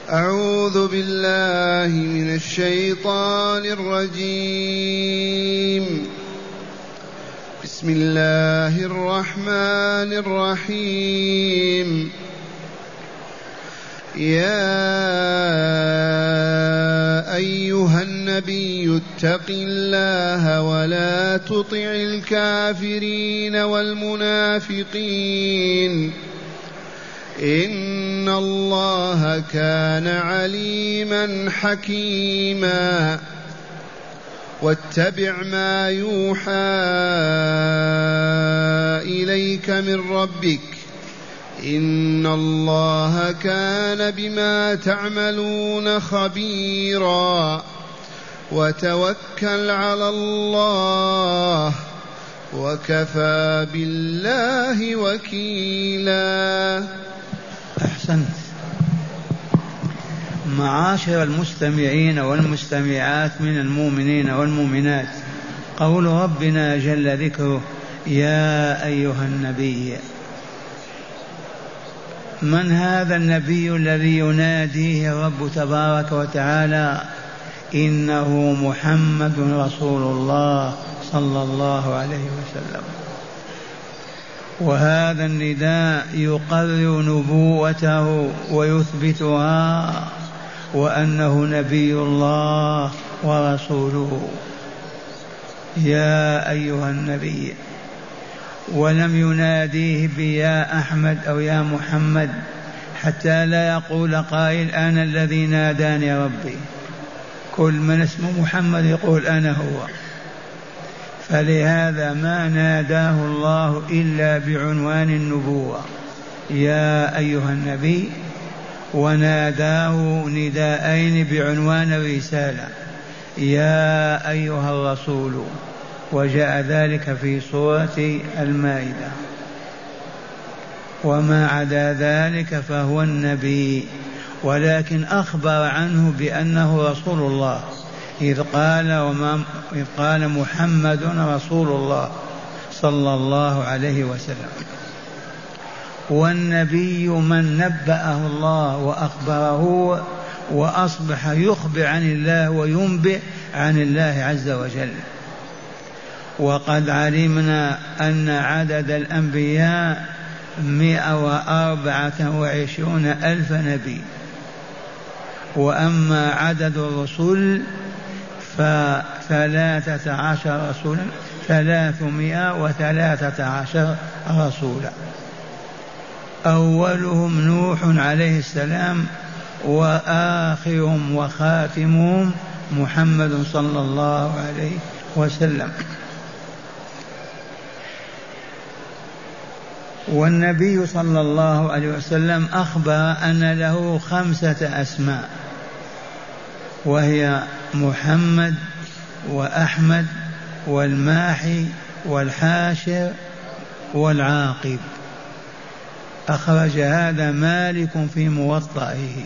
أعوذ بالله من الشيطان الرجيم. بسم الله الرحمن الرحيم. يا أيها النبي اتق الله ولا تطع الكافرين والمنافقين إن الله كان عليما حكيما. واتبع ما يوحى إليك من ربك إن الله كان بما تعملون خبيرا. وتوكل على الله وكفى بالله وكيلا. أحسنت. معاشر المستمعين والمستمعات من المؤمنين والمؤمنات، قول ربنا جل ذكره: يا أيها النبي. من هذا النبي الذي يناديه الرب تبارك وتعالى؟ إنه محمد رسول الله صلى الله عليه وسلم. وهذا النداء يقرر نبوته ويثبتها وأنه نبي الله ورسوله. يا أيها النبي، ولم يناديه بيا أحمد أو يا محمد حتى لا يقول قائل أنا الذي ناداني ربي. كل من اسمه محمد يقول أنا هو. فلهذا ما ناداه الله إلا بعنوان النبوة: يا أيها النبي، وناداه نداءين بعنوان الرسالة: يا أيها الرسول، وجاء ذلك في سورة المائدة. وما عدا ذلك فهو النبي، ولكن أخبر عنه بأنه رسول الله إذ قال محمد رسول الله صلى الله عليه وسلم. والنبي من نبأه الله وأخبره وأصبح يخبر عن الله وينبئ عن الله عز وجل. وقد علمنا أن عدد الأنبياء 124,000 نبي، وأما عدد الرسل ف13 رسولا، 313 رسولا. أولهم نوح عليه السلام، وآخرهم وخاتمهم محمد صلى الله عليه وسلم. والنبي صلى الله عليه وسلم أخبر أن له 5 أسماء، وهي محمد وأحمد والماحي والحاشر والعاقب. أخرج هذا مالك في موطئه.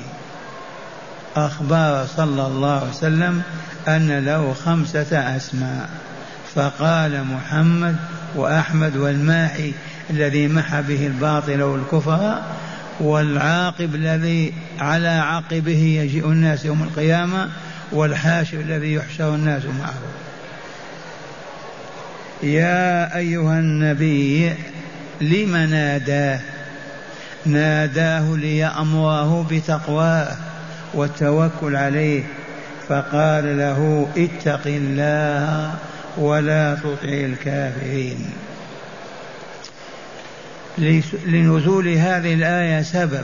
أخبر صلى الله عليه وسلم أن له 5 أسماء، فقال محمد وأحمد والماحي الذي محى به الباطل والكفر، والعاقب الذي على عقبه يجيء الناس يوم القيامة، والحاشر الذي يحشر الناس معه. يا أيها النبي، لم ناداه؟ ناداه ليأمره بتقواه والتوكل عليه، فقال له: اتق الله ولا تطع الكافرين. لنزول هذه الآية سبب،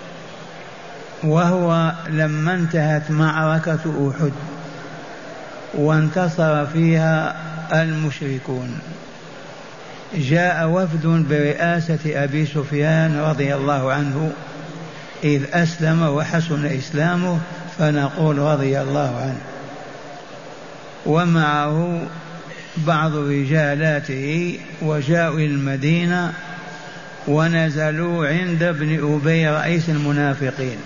وهو لما انتهت معركة أحد وانتصر فيها المشركون، جاء وفد برئاسة أبي سفيان رضي الله عنه، إذ أسلم وحسن إسلامه فنقول رضي الله عنه، ومعه بعض رجالاته، وجاءوا إلى المدينة ونزلوا عند ابن أبي رئيس المنافقين،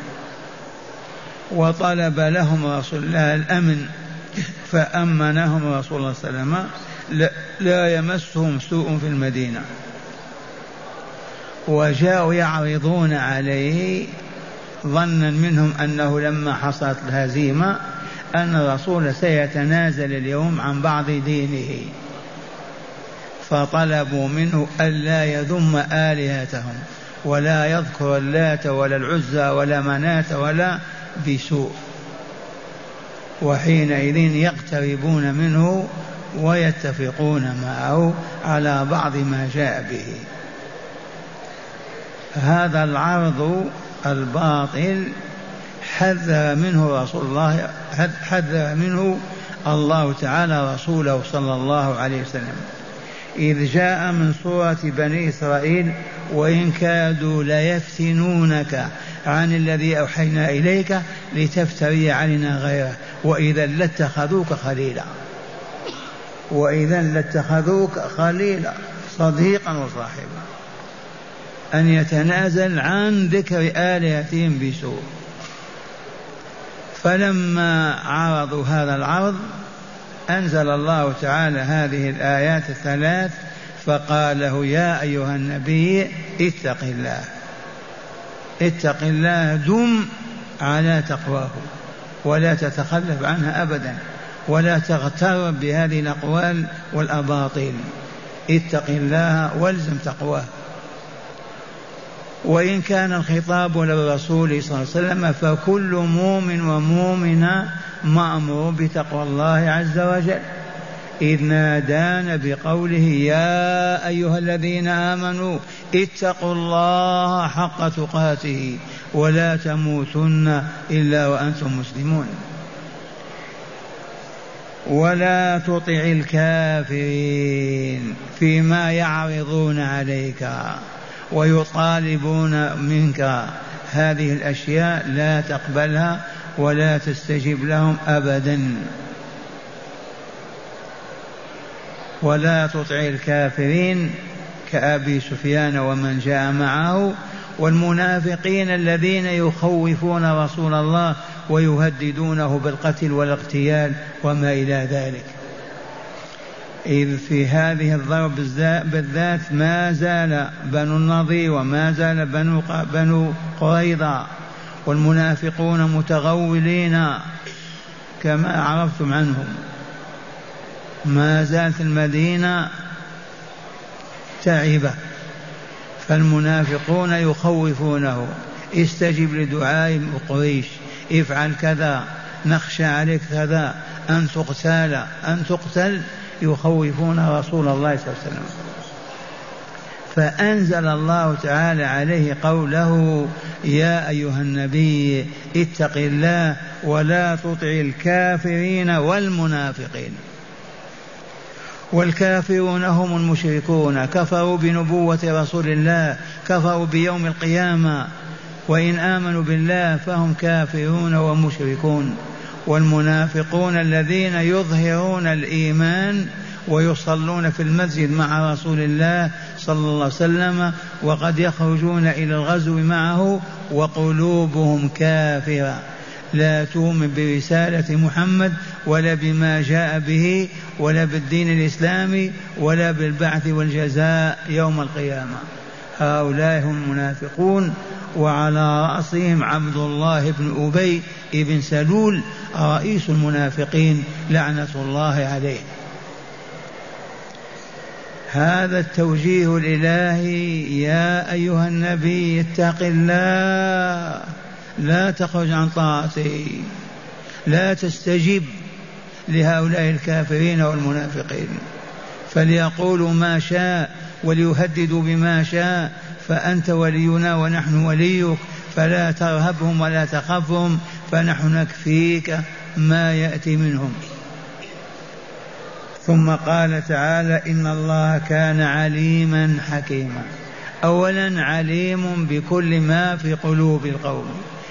وطلب لهم رسول الله الأمن فأمنهم رسول الله صلى الله عليه وسلم لا يمسهم سوء في المدينة. وجاءوا يعرضون عليه ظنا منهم أنه لما حصلت الهزيمة أن الرسول سيتنازل اليوم عن بعض دينه، فطلبوا منه ألا يذم آلهتهم ولا يذكر اللات ولا العزى ولا مناة ولا بسوء، وحينئذ يقتربون منه ويتفقون معه على بعض ما جاء به. هذا العرض الباطل حذر منه رسول الله، حذر منه الله تعالى رسوله صلى الله عليه وسلم إذ جاء من سورة بني إسرائيل: وإن كادوا ليفتنونك عن الذي أوحينا إليك لتفتري علينا غيره وإذا لاتخذوك خليلا، وإذا لاتخذوك خليلا صديقا وصاحبا، أن يتنازل عن ذكر آلهتهم بسوء. فلما عرضوا هذا العرض أنزل الله تعالى هذه الآيات الثلاث فقال له: يا أيها النبي اتق الله، اتق الله، دم على تقواه ولا تتخلف عنها أبدا ولا تغتر بهذه الأقوال والأباطيل، اتق الله والزم تقواه. وإن كان الخطاب للرسول صلى الله عليه وسلم فكل مؤمن ومؤمنة مأمور بتقوى الله عز وجل، إذ نادانا بقوله: يا أيها الذين آمنوا اتقوا الله حق تقاته ولا تموتن إلا وأنتم مسلمون. ولا تطع الكافرين فيما يعرضون عليك ويطالبون منك هذه الأشياء، لا تقبلها ولا تستجب لهم أبدا. ولا تطع الكافرين كأبي سفيان ومن جاء معه والمنافقين الذين يخوفون رسول الله ويهددونه بالقتل والاغتيال وما إلى ذلك. إذ في هذه الضرب بالذات ما زال بنو النضير وما زال بنو قريظة والمنافقون متغولين كما عرفتم عنهم، ما زالت المدينة تعبة، فالمنافقون يخوفونه: استجب لدعاء قريش، افعل كذا، نخشى عليك كذا، أن تقتل أن تقتل، يخوفون رسول الله صلى الله عليه وسلم. فأنزل الله تعالى عليه قوله: يا أيها النبي اتق الله ولا تطع الكافرين والمنافقين. والكافرون هم المشركون، كفروا بنبوة رسول الله، كفروا بيوم القيامة، وإن آمنوا بالله فهم كافرون ومشركون. والمنافقون الذين يظهرون الإيمان ويصلون في المسجد مع رسول الله صلى الله عليه وسلم وقد يخرجون إلى الغزو معه وقلوبهم كافرة، لا تؤمن برسالة محمد ولا بما جاء به ولا بالدين الإسلامي ولا بالبعث والجزاء يوم القيامة. هؤلاء هم المنافقون، وعلى رأسهم عبد الله بن أبي بن سلول رئيس المنافقين لعنة الله عليه. هذا التوجيه الإلهي: يا أيها النبي اتق الله، لا تخرج عن طاعته، لا تستجب لهؤلاء الكافرين والمنافقين، فليقولوا ما شاء وليهددوا بما شاء، فأنت ولينا ونحن وليك، فلا ترهبهم ولا تخافهم، فنحن نكفيك ما يأتي منهم. ثم قال تعالى: إن الله كان عليما حكيما. أولا عليم بكل ما في قلوب القوم،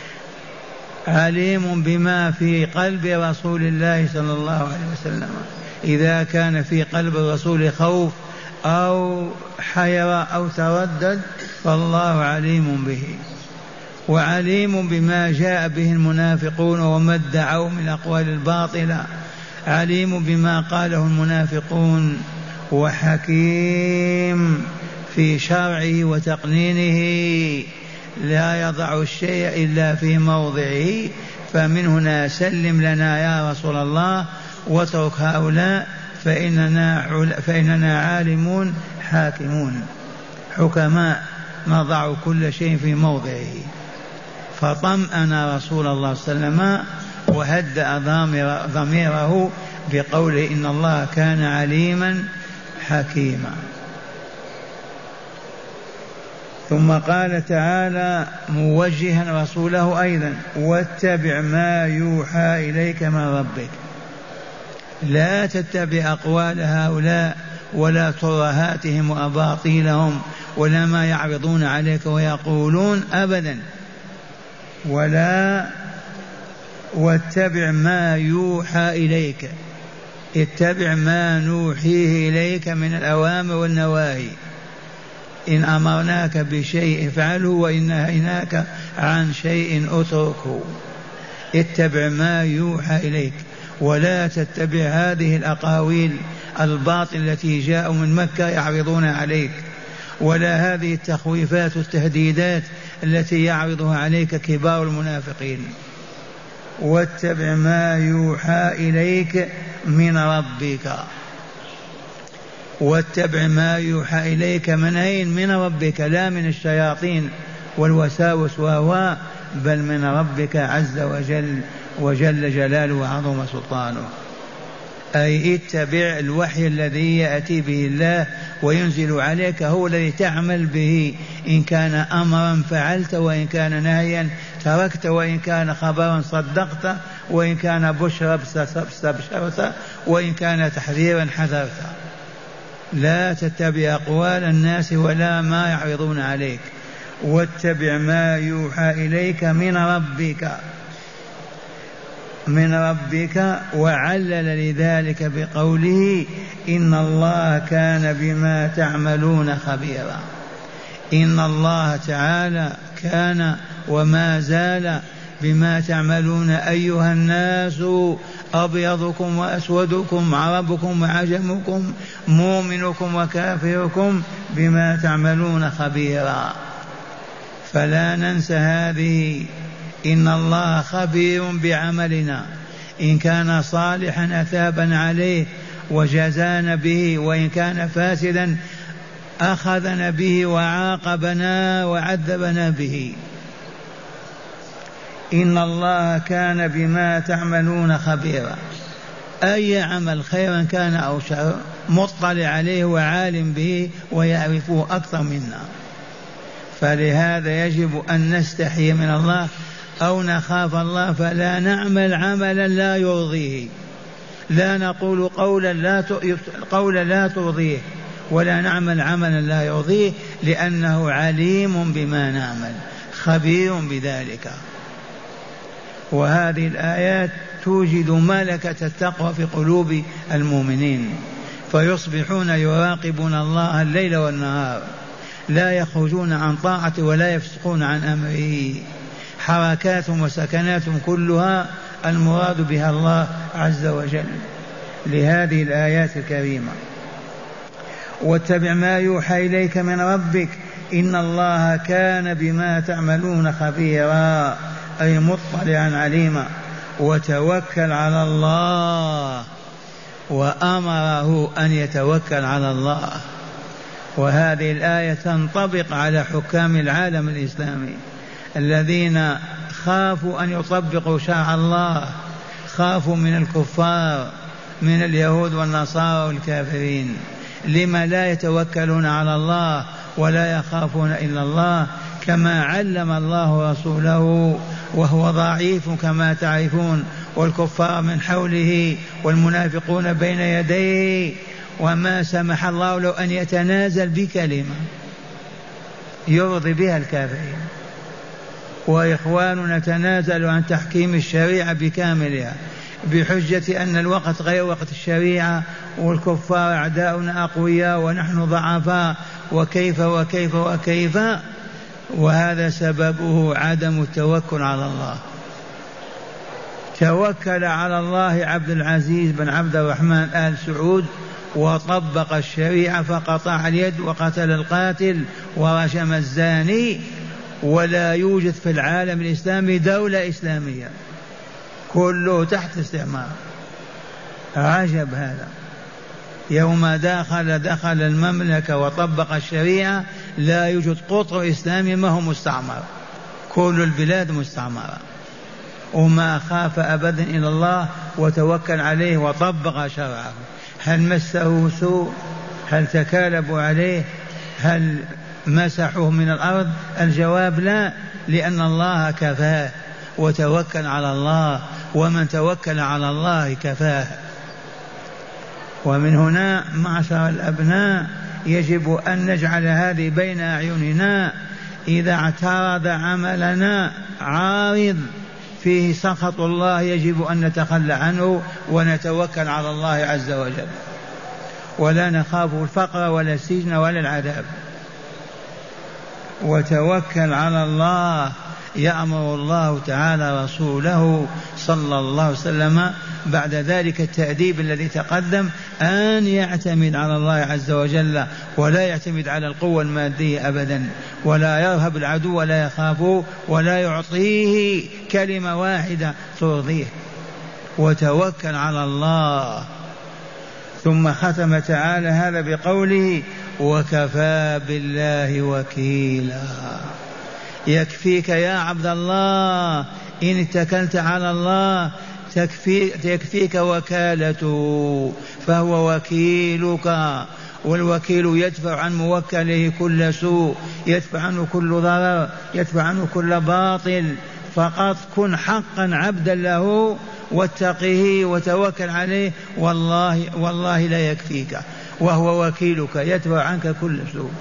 عليم بما في قلب رسول الله صلى الله عليه وسلم، إذا كان في قلب الرسول خوف أو حيرة أو تردد فالله عليم به. وعليم بما جاء به المنافقون وما ادعوا من الأقوال الباطلة، عليم بما قاله المنافقون. وحكيم في شرعه وتقنينه، لا يضع الشيء إلا في موضعه. فمن هنا سلم لنا يا رسول الله واترك هؤلاء فإننا عالمون حاكمون حكماء نضع كل شيء في موضعه. فطمأن رسول الله صلى الله عليه وسلم وهدأ ضميره بقوله إن الله كان عليما حكيما. ثم قال تعالى موجها رسوله أيضا واتبع ما يوحى إليك من ربك. لا تتبع أقوال هؤلاء ولا ترهاتهم وأباطيلهم ولا ما يعرضون عليك ويقولون أبدا، ولا واتبع ما يوحى إليك، اتبع ما نوحيه إليك من الأوامر والنواهي. إن أمرناك بشيء افعله وإن نهيناك عن شيء اتركه. اتبع ما يوحى إليك ولا تتبع هذه الأقاويل الباطل التي جاءوا من مكة يعرضون عليك، ولا هذه التخويفات والتهديدات التي يعرضها عليك كبار المنافقين. واتبع ما يوحى إليك من ربك. واتبع ما يوحى إليك من أين؟ من ربك، لا من الشياطين والوساوس بل من ربك عز وجل وجل جلاله وعظم سلطانه. أي اتبع الوحي الذي يأتي به الله وينزل عليك، هو الذي تعمل به. إن كان أمرا فعلت، وإن كان نهيا تركت، وإن كان خبرا صدقت، وإن كان بشرى استبشرت، وإن كان تحذيرا حذرت. لا تتبع أقوال الناس ولا ما يعرضون عليك. واتبع ما يوحى إليك من ربك وعلل لذلك بقوله إن الله كان بما تعملون خبيرا. إن الله تعالى كان وما زال بما تعملون أيها الناس، أبيضكم وأسودكم، عربكم وعجمكم، مؤمنكم وكافركم، بما تعملون خبيرا. فلا ننسى هذه. إن الله خبير بعملنا، إن كان صالحا أثابنا عليه وجزانا به، وإن كان فاسدا أخذنا به وعاقبنا وعذبنا به. إن الله كان بما تعملون خبيرا. أي عمل خيرا كان أو شر مطلع عليه وعالم به ويعرفه أكثر منا. فلهذا يجب أن نستحي من الله أو نخاف الله، فلا نعمل عملا لا يرضيه، لا نقول قولا لا ترضيه، ولا نعمل عملا لا يرضيه، لأنه عليم بما نعمل خبير بذلك. وهذه الآيات توجد ملكة التقوى في قلوب المؤمنين، فيصبحون يراقبون الله الليل والنهار، لا يخرجون عن طاعته ولا يفسقون عن أمره. حركاتهم وسكناتهم كلها المراد بها الله عز وجل. لهذه الآيات الكريمة واتبع ما يوحى إليك من ربك إن الله كان بما تعملون خبيرا، أي مطلعا عليما. وتوكل على الله، وأمره أن يتوكل على الله. وهذه الآية تنطبق على حكام العالم الإسلامي الذين خافوا أن يطبقوا شرع الله، خافوا من الكفار من اليهود والنصارى والكافرين. لما لا يتوكلون على الله ولا يخافون إلا الله كما علم الله رسوله وهو ضعيف كما تعرفون، والكفار من حوله والمنافقون بين يديه، وما سمح الله له أن يتنازل بكلمة يرضي بها الكافرين. وإخواننا تنازلوا عن تحكيم الشريعة بكاملها بحجة أن الوقت غير وقت الشريعة، والكفار أعداؤنا أقوياء ونحن ضعفاء، وكيف وكيف وكيف. وهذا سببه عدم التوكل على الله. توكل على الله عبد العزيز بن عبد الرحمن آل سعود وطبق الشريعة، فقطع اليد وقتل القاتل ورجم الزاني، ولا يوجد في العالم الإسلامي دولة إسلامية، كله تحت استعمار. عجب هذا. يوم دخل المملكة وطبق الشريعة لا يوجد قطر إسلامي ما هو مستعمر، كل البلاد مستعمرة، وما خاف أبدا إلى الله وتوكل عليه وطبق شرعه. هل مسه سوء؟ هل تكالبوا عليه؟ هل مسحوه من الأرض؟ الجواب لا، لأن الله كفاه وتوكل على الله، ومن توكل على الله كفاه. ومن هنا معشر الأبناء يجب أن نجعل هذه بين أعيننا. إذا اعترض عملنا عارض فيه سخط الله يجب أن نتخلى عنه ونتوكل على الله عز وجل، ولا نخاف الفقر ولا السجن ولا العذاب. وتوكل على الله. يأمر الله تعالى رسوله صلى الله عليه وسلم بعد ذلك التأديب الذي تقدم أن يعتمد على الله عز وجل، ولا يعتمد على القوة المادية أبدا، ولا يرهب العدو ولا يخافه، ولا يعطيه كلمة واحدة ترضيه. وتوكل على الله. ثم ختم تعالى هذا بقوله وكفى بالله وكيلا. يكفيك يا عبد الله إن اتكلت على الله، تكفيك وكالته، فهو وكيلك. والوكيل يدفع عن موكله كل سوء، يدفع عنه كل ضرر، يدفع عنه كل باطل. فقط كن حقا عبدا له واتقه وتوكل عليه، والله لا يكفيك، وهو وكيلك يدفع عنك كل سوء.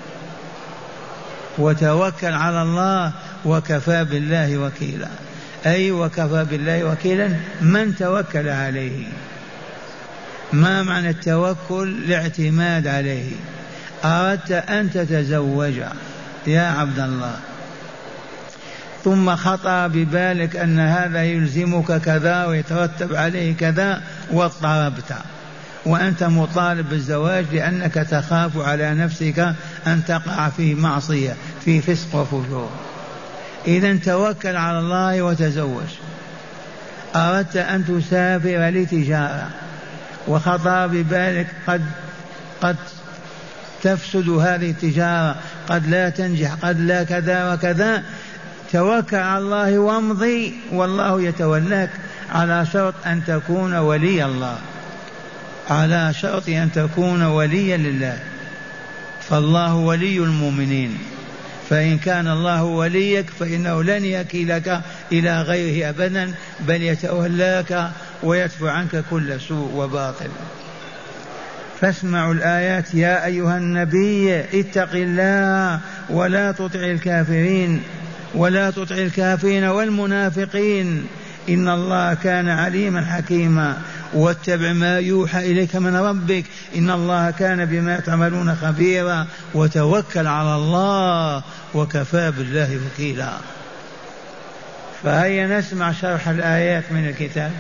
وتوكل على الله وكفى بالله وكيلا، أي وكفى بالله وكيلا من توكل عليه. ما معنى التوكل؟ الاعتماد عليه. أردت أن تتزوج يا عبد الله، ثم خطر ببالك أن هذا يلزمك كذا ويترتب عليه كذا، واضطربت وأنت مطالب بالزواج لأنك تخاف على نفسك أن تقع في معصية، في فسق وفجور. إذن توكل على الله وتزوج. أردت أن تسافر لتجارة وخطر ببالك قد تفسد هذه التجارة، قد لا تنجح، قد لا كذا وكذا، توكل على الله وامضي، والله يتولاك، على شرط أن تكون ولي الله، على شرط أن تكون وليا لله، فالله ولي المؤمنين. فإن كان الله وليك فإنه لن يكلك إلى غيره أبدا، بل يتولاك ويدفع عنك كل سوء وباطل. فاسمعوا الآيات. يا أيها النبي اتق الله ولا تطع الكافرين، ولا تطع الكافرين والمنافقين، إن الله كان عليما حكيما. واتبع ما يوحى إليك من ربك، إن الله كان بما تعملون خبيرا. وتوكل على الله وكفى بالله وكيلا. فهيا نسمع شرح الآيات من الكتاب.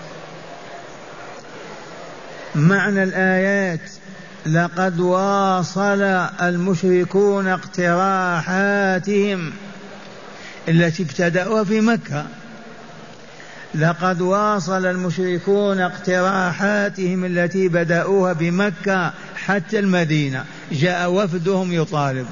معنى الآيات: لقد واصل المشركون اقتراحاتهم التي ابتدأوها في مكة. لقد واصل المشركون اقتراحاتهم التي بدأوها بمكة حتى المدينة، جاء وفدهم يطالب،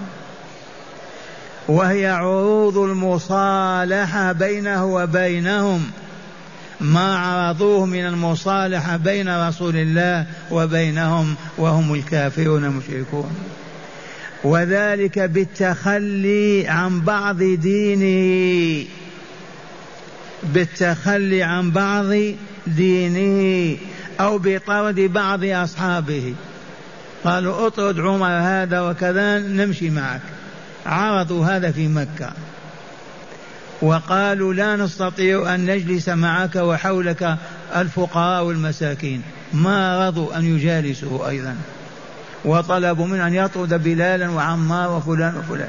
وهي عروض المصالحة بينه وبينهم، ما عرضوه من المصالحة بين رسول الله وبينهم وهم الكافرون المشركون، وذلك بالتخلي عن بعض دينه، بالتخلي عن بعض دينه، أو بطرد بعض أصحابه. قالوا اطرد عمر هذا وكذا نمشي معك، عرضوا هذا في مكة، وقالوا لا نستطيع أن نجلس معك وحولك الفقراء والمساكين، ما رضوا أن يجالسوا أيضا، وطلبوا منه أن يطرد بلالا وعمار وفلان وفلان.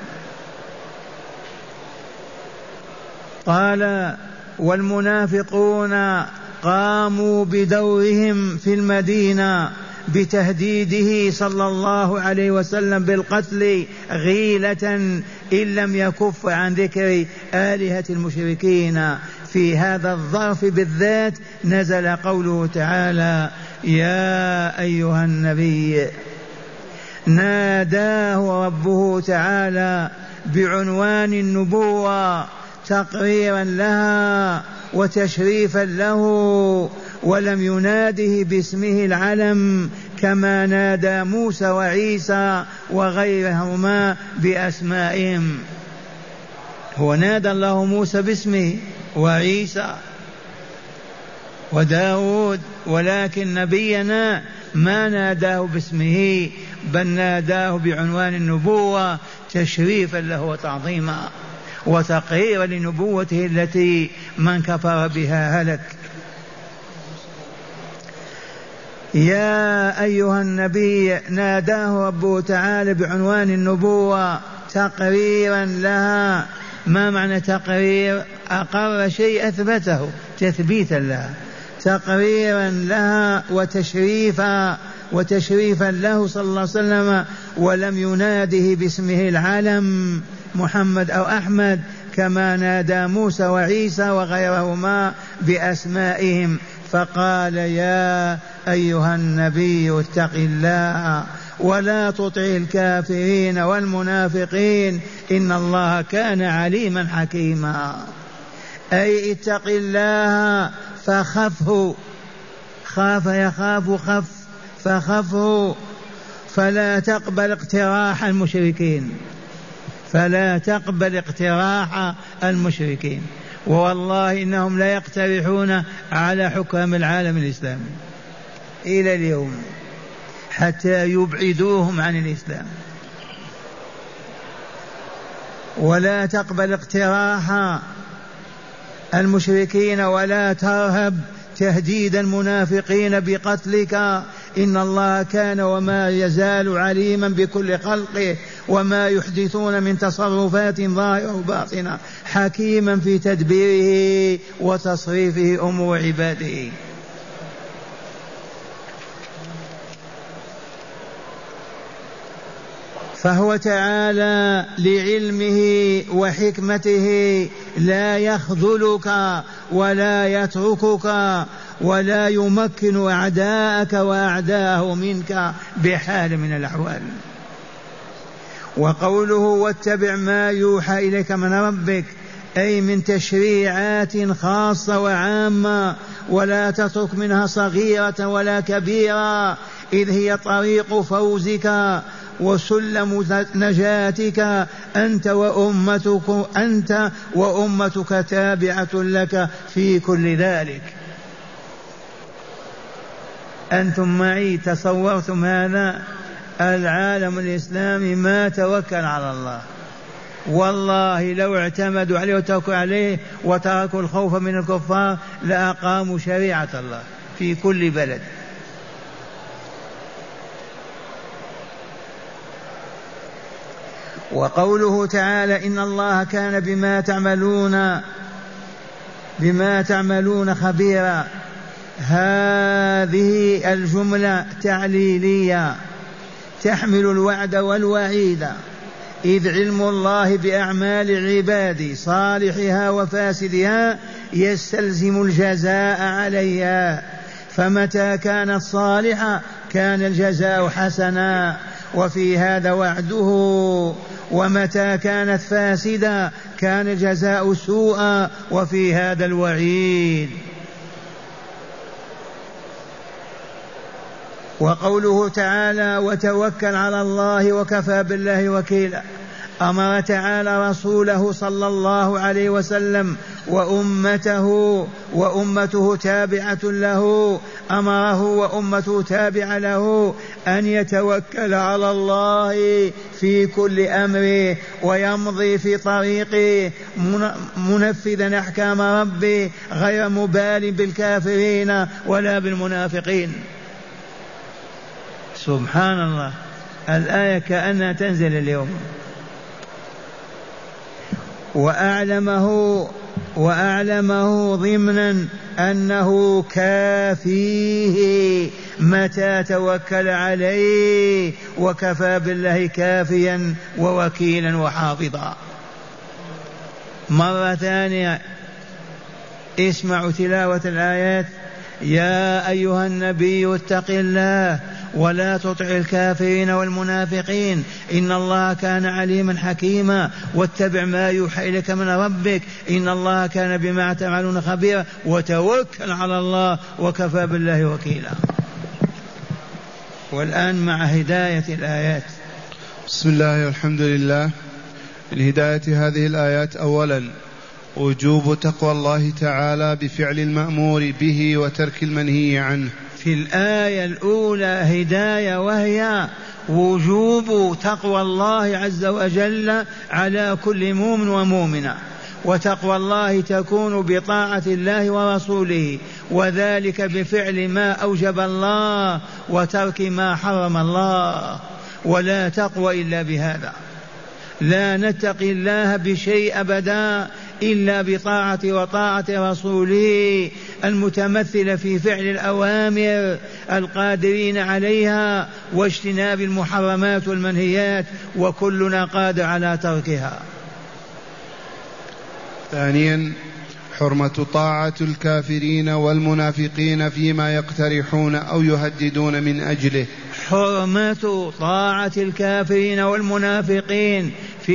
قال والمنافقون قاموا بدورهم في المدينة بتهديده صلى الله عليه وسلم بالقتل غيلة إن لم يكف عن ذكر آلهة المشركين. في هذا الظرف بالذات نزل قوله تعالى: يا أيها النبي. ناداه ربه تعالى بعنوان النبوة تقريرا لها وتشريفا له، ولم يناده باسمه العلم كما نادى موسى وعيسى وغيرهما بأسمائهم. هو نادى الله موسى باسمه وعيسى وداود، ولكن نبينا ما ناداه باسمه، بل ناداه بعنوان النبوة تشريفا له وتعظيما وتقريرا لنبوته التي من كفر بها هلك. يا أيها النبي ناداه ربه تعالى بعنوان النبوة تقريرا لها. ما معنى تقرير؟ أقر شيء أثبته تثبيتا لها، تقريرا لها وتشريفا له صلى الله عليه وسلم، ولم يناده باسمه العلم محمد أو أحمد كما نادى موسى وعيسى وغيرهما بأسمائهم، فقال: يا أيها النبي اتق الله ولا تطع الكافرين والمنافقين إن الله كان عليما حكيما. أي اتق الله فخفه، خاف يخاف خف فخفه، فلا تقبل اقتراح المشركين، فلا تقبل اقتراح المشركين. والله إنهم لا يقترحون على حكام العالم الإسلامي إلى اليوم حتى يبعدوهم عن الإسلام. ولا تقبل اقتراح المشركين ولا ترهب تهديد المنافقين بقتلك. إن الله كان وما يزال عليما بكل خلقه وما يحدثون من تصرفات ظاهرة وباطنة، حكيما في تدبيره وتصريفه أمور عباده. فهو تعالى لعلمه وحكمته لا يخذلك ولا يتركك ولا يمكن أعداءك وأعداءه منك بحال من الأحوال. وقوله: واتبع ما يوحى إليك من ربك، أي من تشريعات خاصة وعامة، ولا تترك منها صغيرة ولا كبيرة، إذ هي طريق فوزك وسلم نجاتك أنت وأمتك تابعة لك في كل ذلك. أنتم معي تصورتم هذا؟ العالم الإسلامي ما توكل على الله، والله لو اعتمدوا عليه وتوكلوا عليه وتركوا الخوف من الكفار لأقاموا شريعة الله في كل بلد. وقوله تعالى: إن الله كان بما تعملون خبيرا، هذه الجملة تعليلية تحمل الوعد والوعيد، إذ علم الله بأعمال العباد صالحها وفاسدها يستلزم الجزاء عليها، فمتى كانت صالحة كان الجزاء حسنا وفي هذا وعده، ومتى كانت فاسدة كان الجزاء سوءا وفي هذا الوعيد. وقوله تعالى: وتوكل على الله وكفى بالله وكيلا، أمر تعالى رسوله صلى الله عليه وسلم وأمته تابعة له، أمره وأمته تابعة له أن يتوكل على الله في كل أمره ويمضي في طريقه منفذا أحكام ربه غير مبال بالكافرين ولا بالمنافقين. سبحان الله، الآية كأنها تنزل اليوم. وأعلمه وأعلمه ضمنا أنه كافيه متى توكل عليه، وكفى بالله كافيا ووكيلا وحافظا. مرة ثانية اسمعوا تلاوة الآيات: يا أيها النبي اتق الله ولا تطع الكافرين والمنافقين إن الله كان عليما حكيما، واتبع ما يوحى إليك من ربك إن الله كان بما تعملون خبيرا، وتوكل على الله وكفى بالله وكيلا. والآن مع هداية الآيات. بسم الله والحمد لله. من هداية هذه الآيات: أولا وجوب تقوى الله تعالى بفعل المأمور به وترك المنهي عنه. في الآية الأولى هداية، وهي وجوب تقوى الله عز وجل على كل مؤمن ومؤمنة، وتقوى الله تكون بطاعة الله ورسوله، وذلك بفعل ما أوجب الله وترك ما حرم الله، ولا تقوى إلا بهذا. لا نتقي الله بشيء أبدا إلا بطاعة وطاعة رسوله المتمثل في فعل الأوامر القادرين عليها واجتناب المحرمات والمنهيات، وكلنا قادر على تركها. ثانيا حرمة طاعة الكافرين والمنافقين فيما يقترحون أو يهددون من أجله. حرمة طاعة الكافرين والمنافقين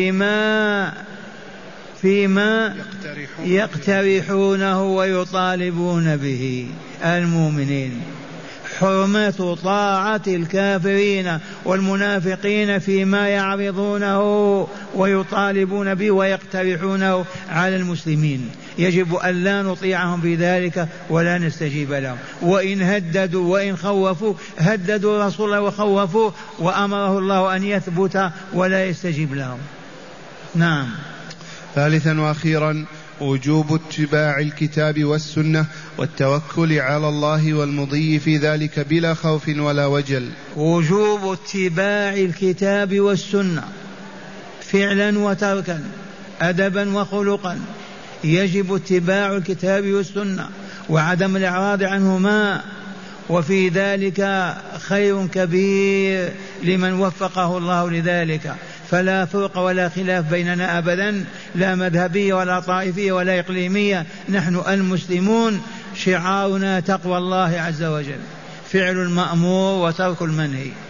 فيما يقترحونه ويطالبون به المؤمنين. حرمة طاعة الكافرين والمنافقين فيما يعرضونه ويطالبون به ويقترحونه على المسلمين، يجب أن لا نطيعهم في ذلك ولا نستجيب لهم. وإن هددوا وإن خوفوا، هددوا رسول الله وخوفوا، وأمره الله أن يثبت ولا يستجيب لهم. نعم. ثالثا وأخيرا وجوب اتباع الكتاب والسنة والتوكل على الله والمضي في ذلك بلا خوف ولا وجل. وجوب اتباع الكتاب والسنة فعلا وتركا، أدبا وخلقا، يجب اتباع الكتاب والسنة وعدم الإعراض عنهما، وفي ذلك خير كبير لمن وفقه الله لذلك. فلا فرق ولا خلاف بيننا أبدا، لا مذهبية ولا طائفية ولا إقليمية، نحن المسلمون شعارنا تقوى الله عز وجل، فعل المأمور وترك المنهي.